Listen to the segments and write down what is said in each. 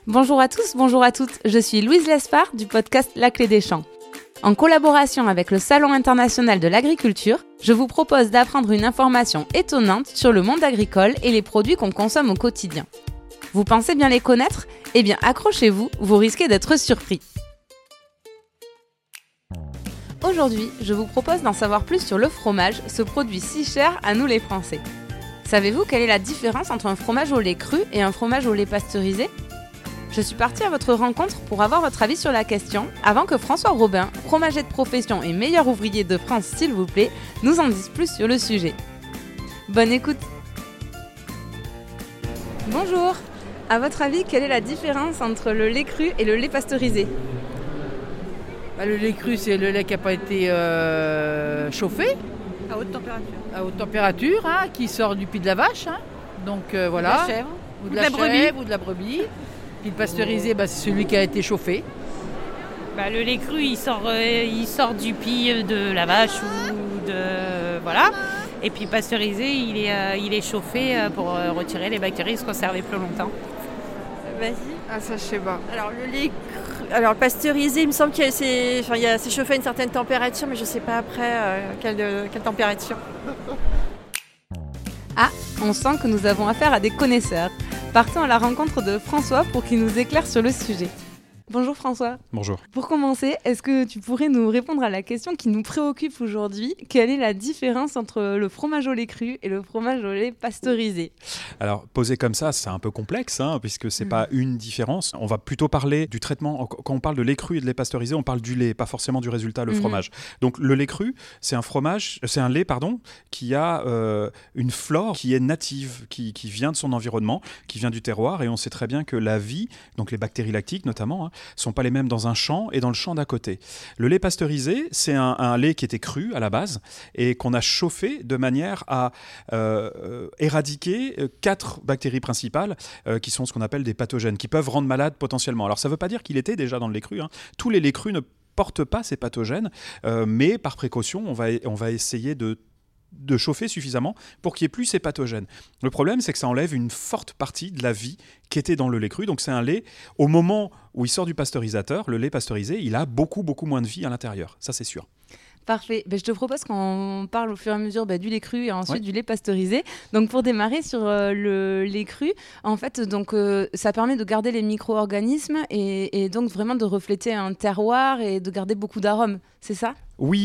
Bonjour à tous, bonjour à toutes, je suis Louise Lespard du podcast La Clé des Champs. En collaboration avec le Salon international de l'agriculture, je vous propose d'apprendre une information étonnante sur le monde agricole et les produits qu'on consomme au quotidien. Vous pensez bien les connaître ? Eh bien accrochez-vous, vous risquez d'être surpris. Aujourd'hui, je vous propose d'en savoir plus sur le fromage, ce produit si cher à nous les Français. Savez-vous quelle est la différence entre un fromage au lait cru et un fromage au lait pasteurisé ? Je suis partie à votre rencontre pour avoir votre avis sur la question, avant que François Robin, fromager de profession et meilleur ouvrier de France s'il vous plaît, nous en dise plus sur le sujet. Bonne écoute. Bonjour. À votre avis, quelle est la différence entre le lait cru et le lait pasteurisé ? Le lait cru, c'est le lait qui n'a pas été chauffé. À haute température. À haute température, qui sort du pied de la vache. Donc voilà. De la chèvre. Ou de la chèvre ou de la brebis. Puis le pasteurisé, c'est celui qui a été chauffé. Le lait cru, il sort du pied de la vache ou de... Voilà. Et puis pasteurisé, il est chauffé pour retirer les bactéries et se conserver plus longtemps. Vas-y. Ah, ça, je sais pas. Alors, le lait cru... Alors, pasteurisé, il me semble que c'est chauffé à une certaine température, mais je sais pas après quelle température. Ah, on sent que nous avons affaire à des connaisseurs. Partons à la rencontre de François pour qu'il nous éclaire sur le sujet. Bonjour François. Bonjour. Pour commencer, est-ce que tu pourrais nous répondre à la question qui nous préoccupe aujourd'hui ? Quelle est la différence entre le fromage au lait cru et le fromage au lait pasteurisé ? Alors, posé comme ça, c'est un peu complexe, puisque c'est pas une différence. On va plutôt parler du traitement. Quand on parle de lait cru et de lait pasteurisé, on parle du lait, pas forcément du résultat, le fromage. Donc, le lait cru, c'est un lait, qui a une flore qui est native, qui vient de son environnement, qui vient du terroir, et on sait très bien que la vie, donc les bactéries lactiques notamment, sont pas les mêmes dans un champ et dans le champ d'à côté. Le lait pasteurisé, c'est un lait qui était cru à la base et qu'on a chauffé de manière à éradiquer 4 bactéries principales qui sont ce qu'on appelle des pathogènes, qui peuvent rendre malade potentiellement. Alors ça ne veut pas dire qu'il était déjà dans le lait cru. Tous les laits crus ne portent pas ces pathogènes, mais par précaution, on va essayer de chauffer suffisamment pour qu'il n'y ait plus ces pathogènes. Le problème, c'est que ça enlève une forte partie de la vie qui était dans le lait cru. Donc c'est un lait, au moment où il sort du pasteurisateur, le lait pasteurisé, il a beaucoup, beaucoup moins de vie à l'intérieur. Ça, c'est sûr. Parfait. Je te propose qu'on parle au fur et à mesure du lait cru et ensuite du lait pasteurisé. Donc pour démarrer sur le lait cru, en fait, ça permet de garder les micro-organismes et donc vraiment de refléter un terroir et de garder beaucoup d'arômes. C'est ça ? Oui,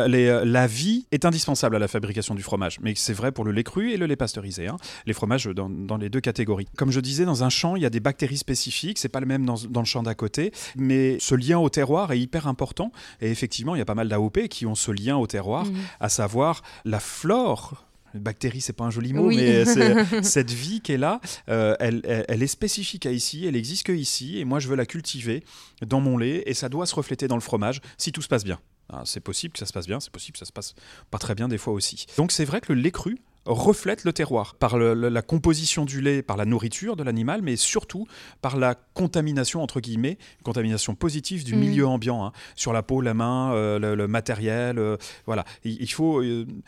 la vie est indispensable à la fabrication du fromage, mais c'est vrai pour le lait cru et le lait pasteurisé, les fromages dans les deux catégories. Comme je disais, dans un champ, il y a des bactéries spécifiques, c'est pas le même dans le champ d'à côté, mais ce lien au terroir est hyper important, et effectivement, il y a pas mal d'AOP qui ont ce lien au terroir, à savoir la flore. Bactérie, c'est pas un joli mot, mais cette vie qui est là, elle est spécifique à ici, elle existe que ici, et moi je veux la cultiver dans mon lait, et ça doit se refléter dans le fromage si tout se passe bien. C'est possible que ça se passe bien, c'est possible que ça se passe pas très bien des fois aussi. Donc c'est vrai que le lait cru reflète le terroir par la composition du lait, par la nourriture de l'animal, mais surtout par la contamination, entre guillemets, contamination positive du milieu ambiant, sur la peau, la main, le matériel. Voilà. Il faut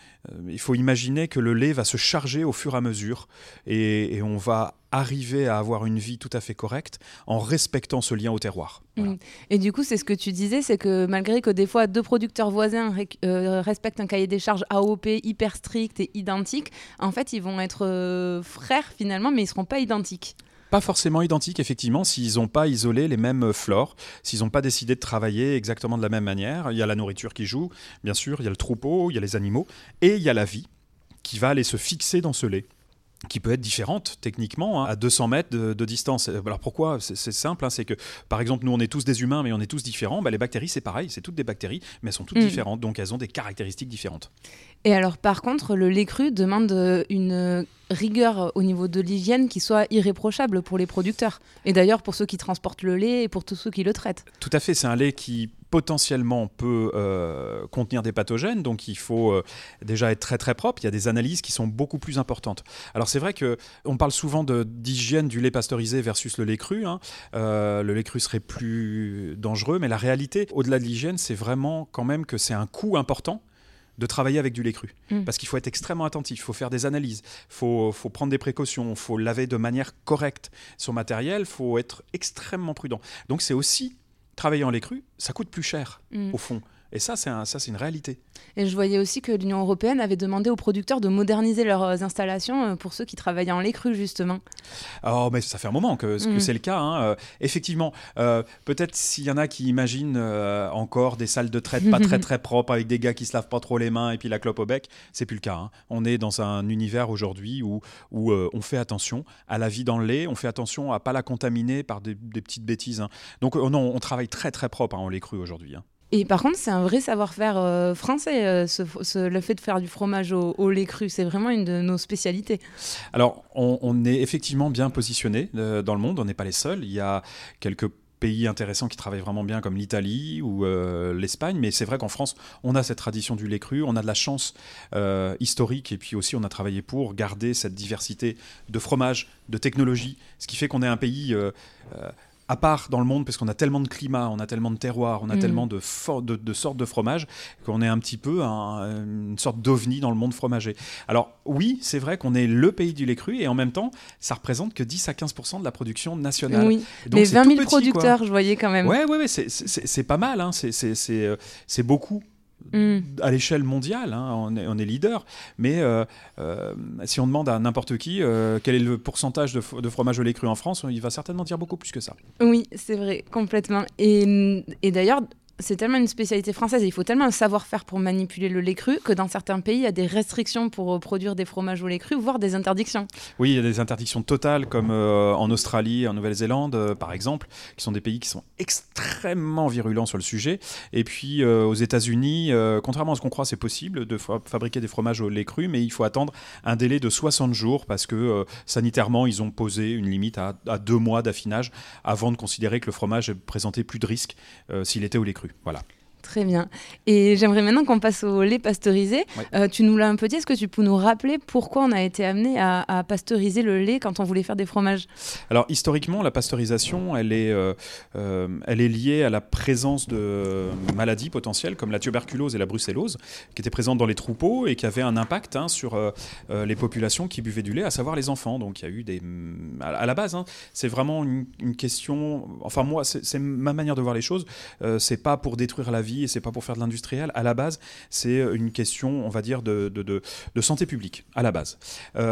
imaginer que le lait va se charger au fur et à mesure et on va arriver à avoir une vie tout à fait correcte en respectant ce lien au terroir. Voilà. Et du coup, c'est ce que tu disais, c'est que malgré que des fois deux producteurs voisins respectent un cahier des charges AOP hyper strict et identique, en fait, ils vont être frères finalement, mais ils ne seront pas identiques. Pas forcément identiques, effectivement, s'ils n'ont pas isolé les mêmes flores, s'ils n'ont pas décidé de travailler exactement de la même manière. Il y a la nourriture qui joue, bien sûr, il y a le troupeau, il y a les animaux, et il y a la vie qui va aller se fixer dans ce lait, qui peut être différente techniquement, à 200 mètres de distance. Alors pourquoi ? C'est simple, c'est que par exemple nous on est tous des humains mais on est tous différents, les bactéries c'est pareil, c'est toutes des bactéries mais elles sont toutes différentes, donc elles ont des caractéristiques différentes. Et alors par contre le lait cru demande une rigueur au niveau de l'hygiène qui soit irréprochable pour les producteurs et d'ailleurs pour ceux qui transportent le lait et pour tous ceux qui le traitent. Tout à fait, c'est un lait qui potentiellement peut contenir des pathogènes, donc il faut déjà être très très propre. Il y a des analyses qui sont beaucoup plus importantes. Alors c'est vrai qu'on parle souvent d'hygiène du lait pasteurisé versus le lait cru. Le lait cru serait plus dangereux, mais la réalité, au-delà de l'hygiène, c'est vraiment quand même que c'est un coût important de travailler avec du lait cru. Parce qu'il faut être extrêmement attentif, il faut faire des analyses, il faut prendre des précautions, il faut laver de manière correcte son matériel, il faut être extrêmement prudent. Donc c'est aussi, travailler en lait cru, ça coûte plus cher au fond. Et ça, c'est une réalité. Et je voyais aussi que l'Union européenne avait demandé aux producteurs de moderniser leurs installations pour ceux qui travaillaient en lait cru, justement. Oh, mais ça fait un moment que c'est le cas. Hein. Effectivement, peut-être s'il y en a qui imaginent encore des salles de traite pas très très propres avec des gars qui se lavent pas trop les mains et puis la clope au bec, c'est plus le cas. Hein. On est dans un univers aujourd'hui où on fait attention à la vie dans le lait, on fait attention à pas la contaminer par des petites bêtises. Hein. Donc non, on travaille très très propre en lait cru aujourd'hui. Hein. Et par contre, c'est un vrai savoir-faire français, le fait de faire du fromage au lait cru. C'est vraiment une de nos spécialités. Alors, on est effectivement bien positionné dans le monde. On n'est pas les seuls. Il y a quelques pays intéressants qui travaillent vraiment bien, comme l'Italie ou l'Espagne. Mais c'est vrai qu'en France, on a cette tradition du lait cru. On a de la chance historique. Et puis aussi, on a travaillé pour garder cette diversité de fromages, de technologies. Ce qui fait qu'on est un pays... à part dans le monde, parce qu'on a tellement de climats, on a tellement de terroirs, on a tellement de sortes de fromages, qu'on est un petit peu une sorte d'ovni dans le monde fromager. Alors oui, c'est vrai qu'on est le pays du lait cru, et en même temps, ça représente que 10 à 15% de la production nationale. Oui, donc, mais 20 000 producteurs, quoi. Je voyais quand même. Ouais, c'est pas mal, hein. C'est beaucoup. À l'échelle mondiale, hein, on est leader, mais si on demande à n'importe qui quel est le pourcentage de fromage au lait cru en France, il va certainement dire beaucoup plus que ça. Oui, c'est vrai, complètement. Et d'ailleurs, c'est tellement une spécialité française et il faut tellement un savoir-faire pour manipuler le lait cru que dans certains pays, il y a des restrictions pour produire des fromages au lait cru, voire des interdictions. Oui, il y a des interdictions totales, comme en Australie, en Nouvelle-Zélande, par exemple, qui sont des pays qui sont extrêmement virulents sur le sujet. Et puis, aux États-Unis, contrairement à ce qu'on croit, c'est possible de fabriquer des fromages au lait cru, mais il faut attendre un délai de 60 jours parce que, sanitairement, ils ont posé une limite à 2 mois d'affinage avant de considérer que le fromage présentait plus de risques s'il était au lait cru. Voilà. Très bien. Et j'aimerais maintenant qu'on passe au lait pasteurisé. Ouais. Tu nous l'as un peu dit, est-ce que tu peux nous rappeler pourquoi on a été amené à pasteuriser le lait quand on voulait faire des fromages ? Alors historiquement, la pasteurisation, elle est liée à la présence de maladies potentielles comme la tuberculose et la brucellose, qui étaient présentes dans les troupeaux et qui avaient un impact sur les populations qui buvaient du lait, à savoir les enfants. Donc il y a eu à la base, c'est vraiment une question... Enfin moi, c'est ma manière de voir les choses. C'est pas pour détruire la vie et c'est pas pour faire de l'industriel. À la base, c'est une question, on va dire, de santé publique, à la base.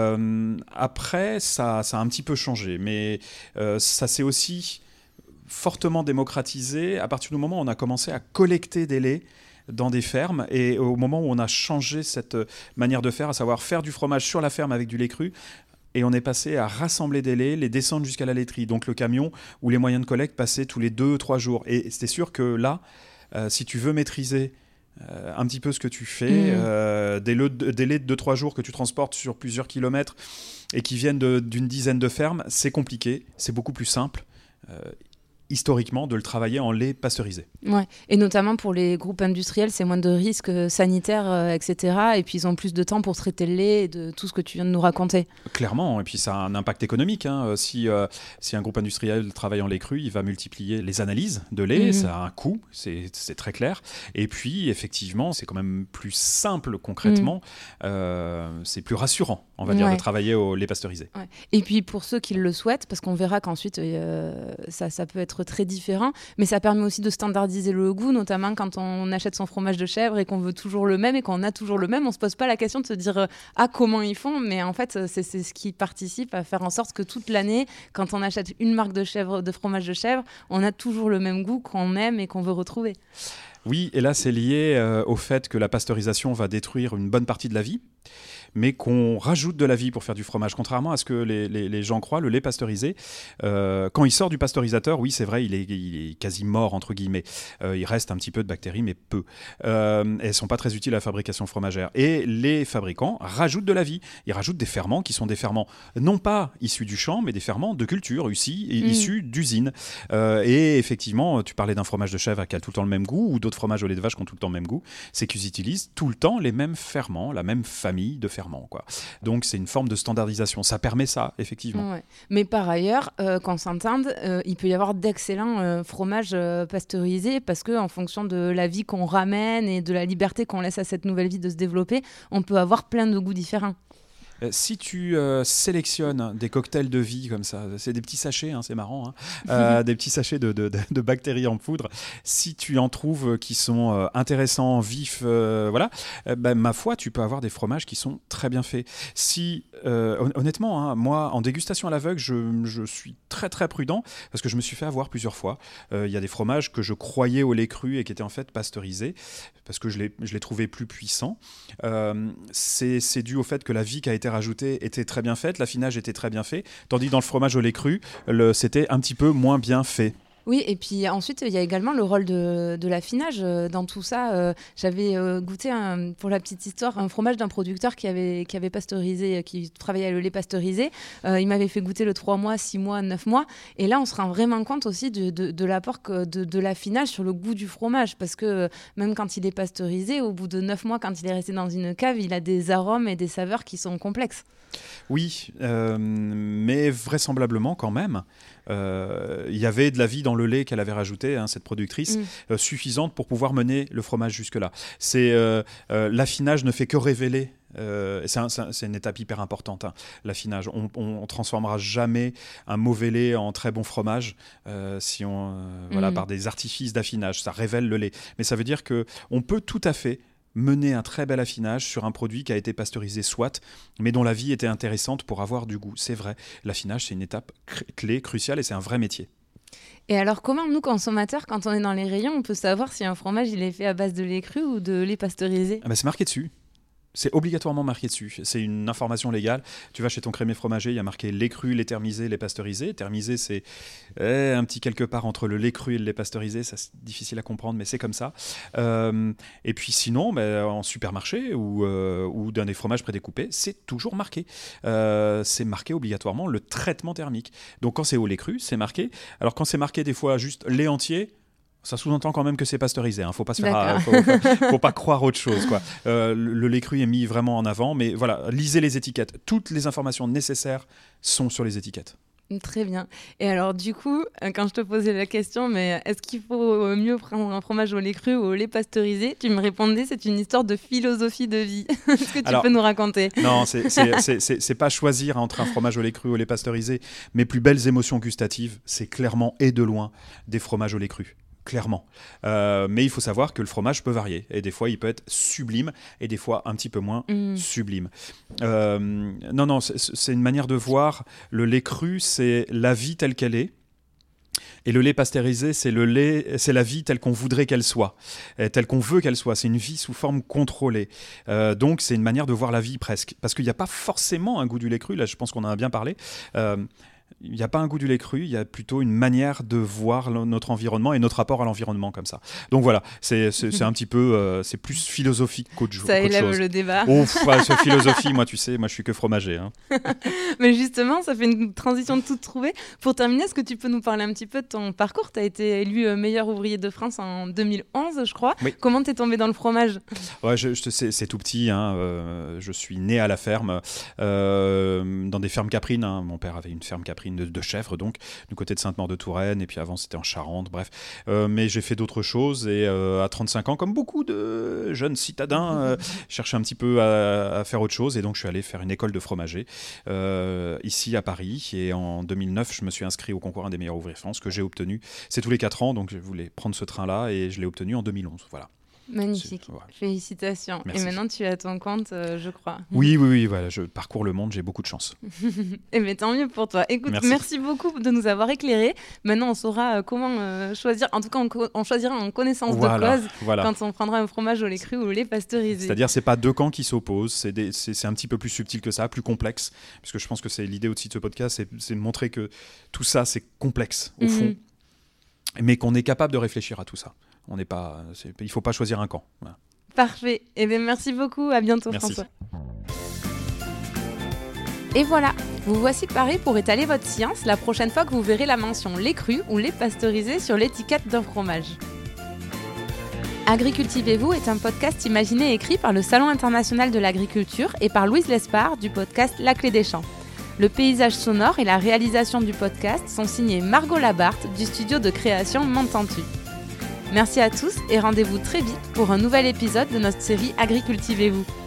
Après, ça a un petit peu changé, mais ça s'est aussi fortement démocratisé à partir du moment où on a commencé à collecter des laits dans des fermes et au moment où on a changé cette manière de faire, à savoir faire du fromage sur la ferme avec du lait cru. Et on est passé à rassembler des laits, les descendre jusqu'à la laiterie. Donc le camion ou les moyens de collecte passaient tous les 2-3 jours. Et c'était sûr que là, si tu veux maîtriser un petit peu ce que tu fais, des laits de 2-3 jours que tu transportes sur plusieurs kilomètres et qui viennent d'une dizaine de fermes, c'est compliqué, c'est beaucoup plus simple. Historiquement, de le travailler en lait pasteurisé. Ouais. Et notamment pour les groupes industriels, c'est moins de risques sanitaires, etc. Et puis ils ont plus de temps pour traiter le lait et de tout ce que tu viens de nous raconter. Clairement, et puis ça a un impact économique. Si un groupe industriel travaille en lait cru, il va multiplier les analyses de lait, ça a un coût, c'est très clair. Et puis effectivement, c'est quand même plus simple concrètement, c'est plus rassurant, on va dire, de travailler au lait pasteurisé. Ouais. Et puis pour ceux qui le souhaitent, parce qu'on verra qu'ensuite ça peut être très différent, mais ça permet aussi de standardiser le goût, notamment quand on achète son fromage de chèvre et qu'on veut toujours le même et qu'on a toujours le même, on se pose pas la question de se dire comment ils font, mais en fait c'est ce qui participe à faire en sorte que toute l'année, quand on achète une marque de fromage de chèvre, on a toujours le même goût qu'on aime et qu'on veut retrouver. Oui, et là c'est lié au fait que la pasteurisation va détruire une bonne partie de la vie, mais qu'on rajoute de la vie pour faire du fromage. Contrairement à ce que les gens croient, le lait pasteurisé, quand il sort du pasteurisateur, oui, c'est vrai, il est quasi mort, entre guillemets. Il reste un petit peu de bactéries, mais peu. Elles ne sont pas très utiles à la fabrication fromagère. Et les fabricants rajoutent de la vie. Ils rajoutent des ferments qui sont des ferments non pas issus du champ, mais des ferments de culture, issus d'usines. Et effectivement, tu parlais d'un fromage de chèvre qui a tout le temps le même goût, ou d'autres fromages au lait de vache qui ont tout le temps le même goût. C'est qu'ils utilisent tout le temps les mêmes ferments, la même famille de ferments régulièrement, quoi. Donc c'est une forme de standardisation. Ça permet ça, effectivement. Ouais. Mais par ailleurs, qu'on s'entende, il peut y avoir d'excellents fromages pasteurisés parce qu'en fonction de la vie qu'on ramène et de la liberté qu'on laisse à cette nouvelle vie de se développer, on peut avoir plein de goûts différents. Si tu sélectionnes des cocktails de vie comme ça, c'est des petits sachets, hein, c'est marrant, hein, des petits sachets de bactéries en poudre, si tu en trouves qui sont intéressants, vifs, voilà, ma foi, tu peux avoir des fromages qui sont très bien faits. Si, honnêtement, hein, moi, en dégustation à l'aveugle, je suis très très prudent parce que je me suis fait avoir plusieurs fois. Il y a des fromages que je croyais au lait cru et qui étaient en fait pasteurisés parce que je les trouvais plus puissants. C'est dû au fait que la vie qui a été rajoutée était très bien faite, l'affinage était très bien fait, tandis dans le fromage au lait cru, c'était un petit peu moins bien fait. Oui, et puis ensuite, il y a également le rôle de l'affinage dans tout ça. J'avais goûté, pour la petite histoire, un fromage d'un producteur qui avait pasteurisé, qui travaillait le lait pasteurisé. Il m'avait fait goûter le 3 mois, 6 mois, 9 mois. Et là, on se rend vraiment compte aussi de l'apport de l'affinage sur le goût du fromage. Parce que même quand il est pasteurisé, au bout de 9 mois, quand il est resté dans une cave, il a des arômes et des saveurs qui sont complexes. Oui, mais vraisemblablement quand même, il y avait de la vie dans le lait qu'elle avait rajouté, hein, cette productrice, suffisante pour pouvoir mener le fromage jusque-là. L'affinage ne fait que révéler. C'est une étape hyper importante, hein, l'affinage. On transformera jamais un mauvais lait en très bon fromage par des artifices d'affinage. Ça révèle le lait. Mais ça veut dire qu'on peut tout à fait mener un très bel affinage sur un produit qui a été pasteurisé soit, mais dont la vie était intéressante pour avoir du goût. C'est vrai, l'affinage, c'est une étape clé, cruciale, et c'est un vrai métier. Et alors, comment, nous, consommateurs, quand on est dans les rayons, on peut savoir si un fromage il est fait à base de lait cru ou de lait pasteurisé ? C'est marqué dessus. C'est obligatoirement marqué dessus. C'est une information légale. Tu vas chez ton crémier fromager, il y a marqué lait cru, lait thermisé, lait pasteurisé. Thermisé, c'est un petit quelque part entre le lait cru et le lait pasteurisé. Ça, c'est difficile à comprendre, mais c'est comme ça. Et puis sinon, en supermarché ou dans des fromages prédécoupés, c'est toujours marqué. C'est marqué obligatoirement le traitement thermique. Donc quand c'est au lait cru, c'est marqué. Alors quand c'est marqué des fois juste lait entier, ça sous-entend quand même que c'est pasteurisé. Faut pas faut pas croire autre chose, quoi. Le lait cru est mis vraiment en avant, mais voilà, lisez les étiquettes. Toutes les informations nécessaires sont sur les étiquettes. Très bien. Et alors du coup, quand je te posais la question, mais est-ce qu'il faut mieux prendre un fromage au lait cru ou au lait pasteurisé, tu me répondais c'est une histoire de philosophie de vie. Est-ce que tu peux nous raconter ? Non, c'est pas choisir entre un fromage au lait cru ou au lait pasteurisé. Mes plus belles émotions gustatives, c'est clairement et de loin des fromages au lait cru. Clairement. Mais il faut savoir que le fromage peut varier. Et des fois, il peut être sublime et des fois un petit peu moins sublime. Non, c'est une manière de voir. Le lait cru, c'est la vie telle qu'elle est. Et le lait pasteurisé, c'est la vie telle qu'on voudrait qu'elle soit, telle qu'on veut qu'elle soit. C'est une vie sous forme contrôlée. Donc, c'est une manière de voir la vie presque. Parce qu'il n'y a pas forcément un goût du lait cru. Là, je pense qu'on en a bien parlé. Il n'y a pas un goût du lait cru, il y a plutôt une manière de voir notre environnement et notre rapport à l'environnement comme ça. Donc voilà, c'est un petit peu, c'est plus philosophique qu'autre chose. Ça élève le débat. Sur philosophie, moi tu sais, moi je suis que fromager. Hein. Mais justement, ça fait une transition toute trouvée. Pour terminer, est-ce que tu peux nous parler un petit peu de ton parcours ? Tu as été élu meilleur ouvrier de France en 2011, je crois. Oui. Comment t'es tombé dans le fromage ? Ouais, c'est tout petit. Hein. Je suis né à la ferme, dans des fermes caprines. Hein. Mon père avait une ferme caprine de chèvres, donc du côté de Sainte-Maure-de-Touraine, et puis avant c'était en Charente, bref. Mais j'ai fait d'autres choses, et à 35 ans, comme beaucoup de jeunes citadins, cherchais un petit peu à faire autre chose, et donc je suis allé faire une école de fromager ici à Paris, et en 2009 je me suis inscrit au concours Un des meilleurs ouvriers de France, que j'ai obtenu. C'est tous les 4 ans, donc je voulais prendre ce train-là, et je l'ai obtenu en 2011, voilà. Magnifique, félicitations. Merci. Et maintenant tu es à ton compte, je crois. Oui, voilà, je parcours le monde, j'ai beaucoup de chance. Et mais tant mieux pour toi. Écoute, merci beaucoup de nous avoir éclairés. Maintenant on saura comment choisir, en tout cas on choisira en connaissance de cause quand on prendra un fromage au lait cru ou au lait pasteurisé. C'est-à-dire c'est pas deux camps qui s'opposent, c'est un petit peu plus subtil que ça, plus complexe, parce que je pense que c'est l'idée aussi de ce podcast, c'est de montrer que tout ça c'est complexe au fond, mais qu'on est capable de réfléchir à tout ça. Il ne faut pas choisir un camp. Voilà. Parfait. Eh bien, merci beaucoup. À bientôt, merci. François. Et voilà, vous voici paré pour étaler votre science la prochaine fois que vous verrez la mention lait cru ou lait pasteurisé sur l'étiquette d'un fromage. Agricultivez-vous est un podcast imaginé et écrit par le Salon international de l'agriculture et par Louise Lespard du podcast La Clé des Champs. Le paysage sonore et la réalisation du podcast sont signés Margot Labarthe du studio de création Montentu. Merci à tous et rendez-vous très vite pour un nouvel épisode de notre série Agricultivez-vous.